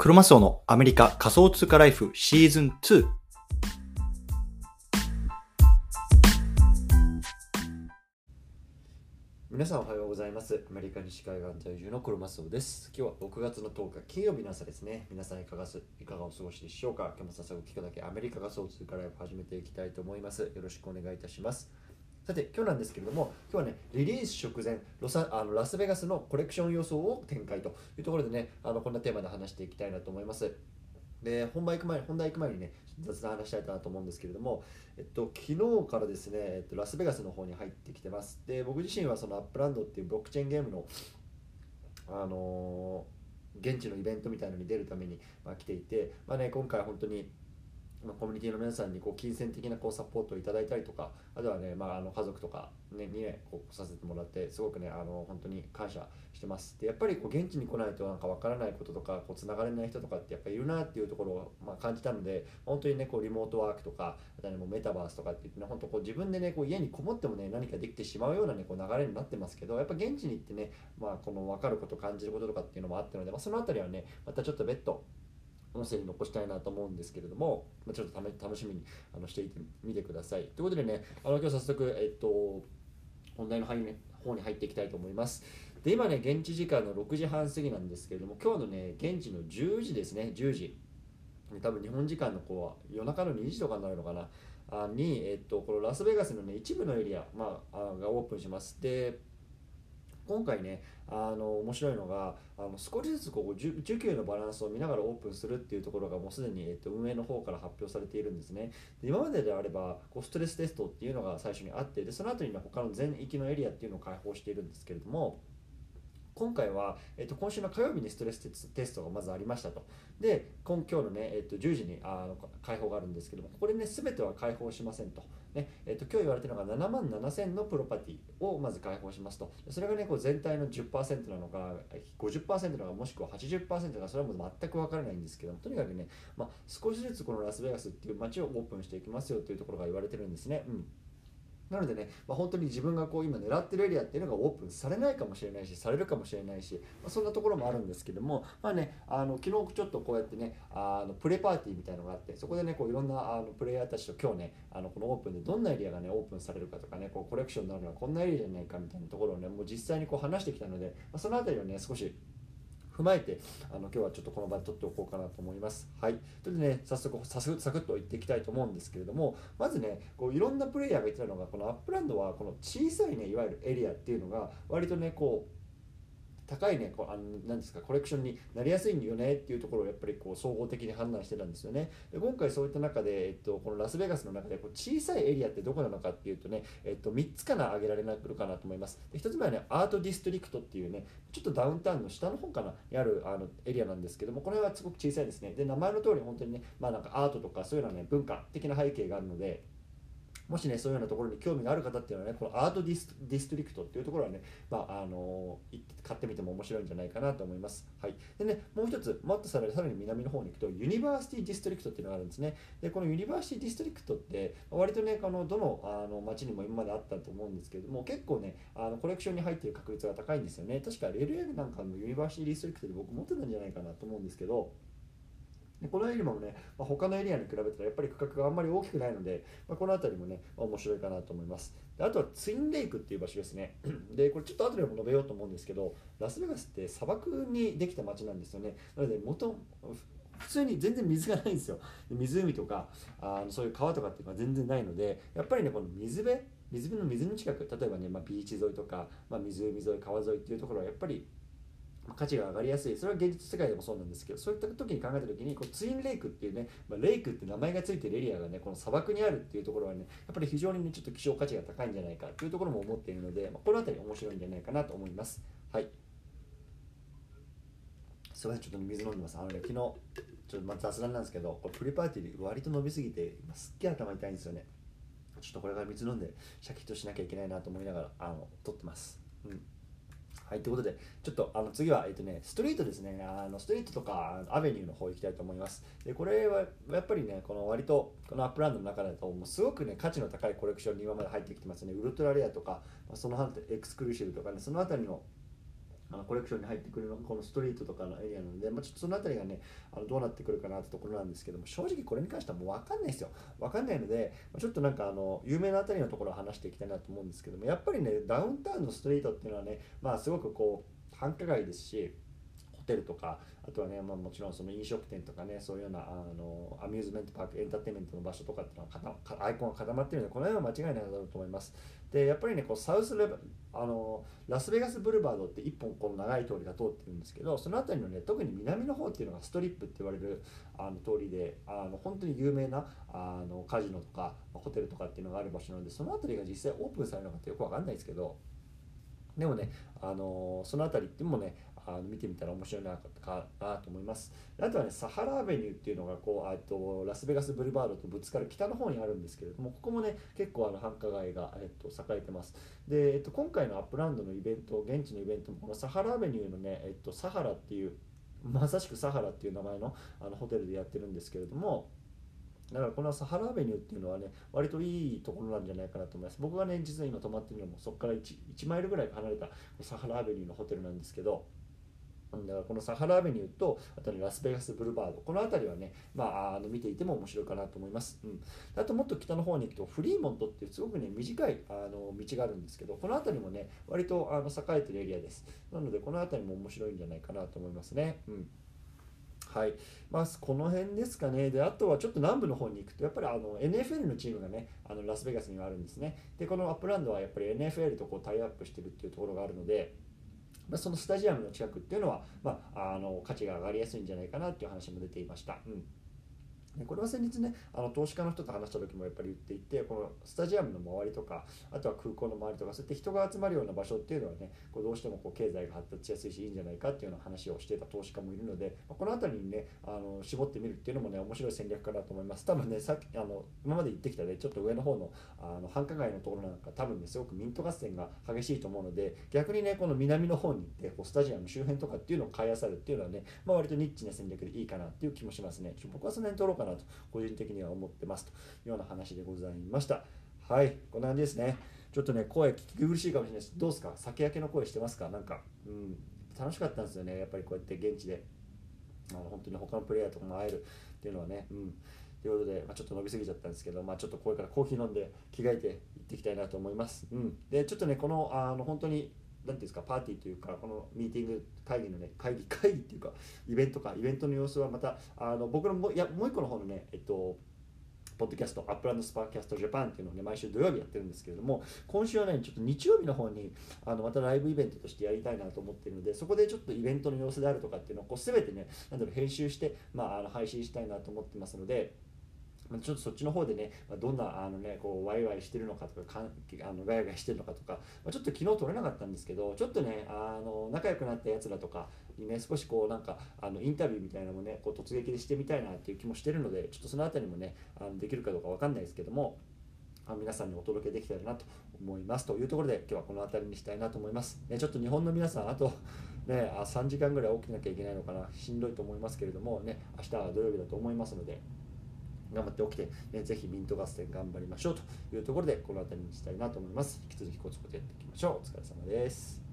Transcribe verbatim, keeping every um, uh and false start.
クロマスオのアメリカ仮想通貨ライフシーズンツー。皆さんおはようございます。アメリカ西海岸在住のクロマスオです。今日はろくがつのとおか金曜日の朝ですね。皆さんいかがすいかがお過ごしでしょうか。今日も早速聞くだけアメリカ仮想通貨ライフ始めていきたいと思います。よろしくお願いいたします。さて今日なんですけれども、今日はねリリース直前ロサあのラスベガスのコレクション予想を展開というところでね、あのこんなテーマで話していきたいなと思います。で本番行く前本題行く前にね雑談話したいなと思うんですけれども、えっと、昨日からですね、えっと、ラスベガスの方に入ってきてます。で僕自身はそのアップランドっていうブロックチェーンゲームの、あのー現地のイベントみたいなのに出るために、まあ、来ていて、まあね、今回本当にまあ、コミュニティの皆さんにこう金銭的なこうサポートをいただいたりとか、あとはね、まあ、あの家族とか、ね、にねこうさせてもらってすごくねあの本当に感謝してます。でやっぱりこう現地に来ないとなんかわからないこととかこうつながれない人とかってやっぱりいるなっていうところをまあ感じたので、本当にねこうリモートワークとか、あとはねもうメタバースとかって言ってね、本当こう自分でねこう家にこもってもね何かできてしまうようなねこう流れになってますけど、やっぱ現地に行ってね、まあ、この分かること感じることとかっていうのもあったので、まあ、そのあたりはねまたちょっと別途音声に残したいなと思うんですけれども、ちょっと楽しみにあのしていてみてください。ということでね、あの今日早速、えっと、本題の方に入っていきたいと思います。で今ね、現地時間のろくじはん過ぎなんですけれども、今日のね、現地のじゅうじですね、じゅうじ。多分日本時間のこう夜中のにじとかになるのかな、あに、えっと、このラスベガスの、ね、一部のエリア、まあ、がオープンします。で今回ね、あの面白いのがあの少しずつこう需給のバランスを見ながらオープンするっていうところがもうすでに、えっと、運営の方から発表されているんですね。で今までであればこうストレステストっていうのが最初にあって、でその後に、ね、他の全域のエリアっていうのを開放しているんですけれども、今回は、えっと、今週の火曜日にストレステストがまずありましたと。で、今今日のね、えっと、じゅうじにあの開放があるんですけども、ここでね、すべては開放しませんと。ねえっと、今日言われているのがななまんななせんのプロパティをまず開放しますと。それがね、こう全体のじゅっパーセントなのか、ごじゅっパーセントなのか、もしくははちじゅっパーセントなのか、それはもう全く分からないんですけども、とにかくね、まあ、少しずつこのラスベガスっていう街をオープンしていきますよというところが言われてるんですね。うんなのでね、まあ、本当に自分がこう今狙ってるエリアっていうのがオープンされないかもしれないし、されるかもしれないし、まあ、そんなところもあるんですけども、まあね、あの昨日ちょっとこうやってね、あのプレパーティーみたいなのがあって、そこでね、こういろんなあのプレイヤーたちと今日ね、あのこのオープンでどんなエリアがね、オープンされるかとかね、こうコレクションになるのはこんなエリアじゃないかみたいなところをね、もう実際にこう話してきたので、まあ、そのあたりをね、少し踏まえてあの今日はちょっとこの場で撮っておこうかなと思います。はい。ということでね、早速サクサクっと言っていきたいと思うんですけれども、まずね、こういろんなプレイヤーが言ってたのが、このアップランドはこの小さいね、いわゆるエリアっていうのが割とね、こう高いね、こうあのなんですかコレクションになりやすいんよねっていうところをやっぱりこう総合的に判断してたんですよね。で今回そういった中で、えっと、このラスベガスの中でこう小さいエリアってどこなのかっていうとね、えっと、みっつかな挙げられなくるかなと思います。でひとつめはね、アートディストリクトっていうね、ちょっとダウンタウンの下の方かなにあるあのエリアなんですけども、これはすごく小さいですね。で名前の通り本当にね、まあなんかアートとかそういうのはね文化的な背景があるので、もしね、そういうようなところに興味がある方っていうのはね、このアートディスディストリクトっていうところはね、まあ、あの行って買ってみても面白いんじゃないかなと思います。はい。でね、もう一つ、もっとさらにさらに南の方に行くと、ユニバーシティディストリクトっていうのがあるんですね。で、このユニバーシティディストリクトって、割とね、あのどのあの町にも今まであったと思うんですけれども、結構ね、あのコレクションに入っている確率が高いんですよね。確か エルエル なんかのユニバーシティディストリクトで僕持ってたんじゃないかなと思うんですけど、でこのエリアもね、まあ、他のエリアに比べたらやっぱり区画があんまり大きくないので、まあ、この辺りもね、まあ、面白いかなと思います。であとはツインレイクっていう場所ですね。で、これちょっと後でも述べようと思うんですけど、ラスベガスって砂漠にできた街なんですよね。なので元、普通に全然水がないんですよ。で湖とかあのそういう川とかっていうのは全然ないので、やっぱりね、この水辺、水辺の水の近く、例えばね、まあ、ビーチ沿いとか、まあ、湖沿い、川沿いっていうところはやっぱり価値が上がりやすい。それは現実世界でもそうなんですけど、そういった時に考えた時にこうツインレイクっていうね、まあ、レイクって名前がついてるエリアがねこの砂漠にあるっていうところはねやっぱり非常にねちょっと希少価値が高いんじゃないかっていうところも思っているので、まあ、この辺り面白いんじゃないかなと思います。はい。すみません、ちょっと水飲んでます。あのね、昨日ちょっとまあ雑談なんですけど、これプリパーティーで割と伸びすぎて今すっげえ頭痛いんですよね。ちょっとこれから水飲んでシャキッとしなきゃいけないなと思いながらあの撮ってます。うん。はい、ということで、ちょっとあの次は、えっとね、ストリートですね、あのストリートとかアベニューの方行きたいと思います。で、これはやっぱりね、この割とこのアップランドの中だと、もうすごくね、価値の高いコレクションに今まで入ってきてますね。ウルトラレアとか、その他エクスクルーシブとかね、そのあたりのあのコレクションに入ってくるのがこのストリートとかのエリアなので、まあ、ちょっとそのあたりがねあのどうなってくるかなってところなんですけども、正直これに関してはもう分かんないですよ。分かんないので、まあちょっとなんかあの有名なあたりのところを話していきたいなと思うんですけども、やっぱりねダウンタウンのストリートっていうのはね、まあすごくこう繁華街ですし、ホテルとか、あとはね、まあ、もちろんその飲食店とかね、そういうようなあのアミューズメントパーク、エンターテインメントの場所とかっていうのはかたアイコンが固まっているので、この辺は間違いないだろうと思います。で、やっぱりね、こうサウスレバあのラスベガスブルバードって一本この長い通りが通ってるんですけど、その辺りのね、特に南の方っていうのがストリップって言われるあの通りで、あの本当に有名なあのカジノとかホテルとかっていうのがある場所なので、その辺りが実際オープンされるのかってよくわかんないですけど、でもね、あのその辺りっていうのもね、あの見てみたら面白いなかなと思います。あとはね、サハラアベニューっていうのがこうあとラスベガスブルバードとぶつかる北の方にあるんですけれども、ここもね結構あの繁華街が、えっと、栄えてます。で、えっと、今回のアップランドのイベント、現地のイベントもこのサハラアベニューのね、えっと、サハラっていうまさしくサハラっていう名前のあのホテルでやってるんですけれども、だからこのサハラアベニューっていうのはね、割といいところなんじゃないかなと思います。僕がね、実は今泊まってるのもそこから 1, いちマイルぐらい離れたサハラアベニューのホテルなんですけど、だからこのサハラアベニューとあと、ね、ラスベガスブルバード、この辺りはね、まあ、あの見ていても面白いかなと思います。うん、あともっと北の方に行くとフリーモントっていうすごくね短いあの道があるんですけど、この辺りもね割とあの栄えてるエリアです。なのでこの辺りも面白いんじゃないかなと思いますね。うん、はい、まあ、この辺ですかね。で、あとはちょっと南部の方に行くと、やっぱりあの エヌエフエル のチームがね、あのラスベガスにはあるんですね。で、このアップランドはやっぱり エヌエフエル とこうタイアップしてるっていうところがあるので、まあ、そのスタジアムの近くっていうのは、まあ、あの価値が上がりやすいんじゃないかなっていう話も出ていました。うん、でこれは先日ね、あの投資家の人と話した時もやっぱり言っていて、このスタジアムの周りとか、あとは空港の周りとか、そういって人が集まるような場所っていうのはね、こうどうしてもこう経済が発達しやすいし、いいんじゃないかっていうような話をしていた投資家もいるので、まあ、この辺りにね、あの絞ってみるっていうのもね、面白い戦略かなと思います。多分ね、さっきあの今まで言ってきたね、ちょっと上の方のあの繁華街のところなんか、多分ね、すごくミント合戦が激しいと思うので、逆にね、この南の方に行って、こうスタジアム周辺とかっていうのを買い漁るっていうのはね、まあ、割とニッチな戦略でいいかなっていう気もしますね。僕はその辺取ろうかなと、個人的には思ってますというような話でございました。はい、こんな感じですね。ちょっとね、声聞き苦しいかもしれないです。どうですか、酒焼けの声してますか？なんか、うん、楽しかったんですよね。やっぱりこうやって現地であの本当に他のプレイヤーとかも会えるっていうのはね。うん、ということで、まあ、ちょっと伸びすぎちゃったんですけど、まあ、ちょっとこれからコーヒー飲んで着替えていっていきたいなと思います。うん、でちょっとね、このあの本当になんていうんですか、パーティーというか、このミーティング会議のね、会議会議っていうか、イベントか、イベントの様子はまた、あの僕のもいやもう一個の方のね、えっと、ポッドキャスト、アップランドスパーキャストジャパンっていうのをね、毎週土曜日やってるんですけれども、今週はね、ちょっと日曜日の方に、あのまたライブイベントとしてやりたいなと思っているので、そこでちょっとイベントの様子であるとかっていうのをこう全てね、なんだろう、編集して、まあ、あの配信したいなと思ってますので、ちょっとそっちの方でね、どんなあの、ね、こうワイワイしてるのかとか、かんあのガヤガヤしてるのかとか、ちょっと昨日撮れなかったんですけど、ちょっとね、あの仲良くなったやつらとかにね、少しこうなんかあのインタビューみたいなのもね、こう突撃でしてみたいなっていう気もしてるので、ちょっとそのあたりもね、あのできるかどうかわかんないですけども、皆さんにお届けできたらなと思いますというところで、今日はこの辺りにしたいなと思います。ね、ちょっと日本の皆さん、あと、ね、あさんじかんぐらい起きなきゃいけないのかな、しんどいと思いますけれども、ね、明日は土曜日だと思いますので、頑張って起きて、ね、ぜひミント合戦頑張りましょうというところで、この辺りにしたいなと思います。引き続きコツコツやっていきましょう。お疲れ様です。